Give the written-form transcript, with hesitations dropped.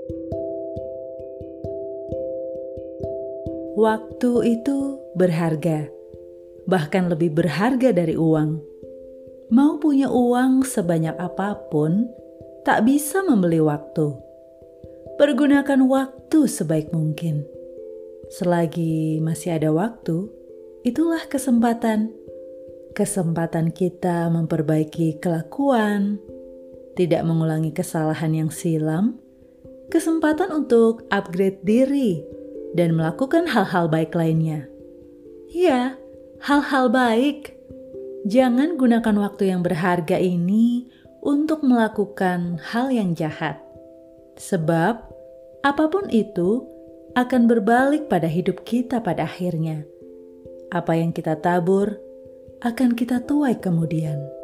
Waktu itu berharga, bahkan lebih berharga dari uang. Mau punya uang sebanyak apapun, tak bisa membeli waktu. Pergunakan waktu sebaik mungkin. Selagi masih ada waktu, itulah kesempatan. Kesempatan kita memperbaiki kelakuan, tidak mengulangi kesalahan yang silam, kesempatan untuk upgrade diri, dan melakukan hal-hal baik lainnya. Ya, hal-hal baik. Jangan gunakan waktu yang berharga ini untuk melakukan hal yang jahat. Sebab, apapun itu akan berbalik pada hidup kita pada akhirnya. Apa yang kita tabur, akan kita tuai kemudian.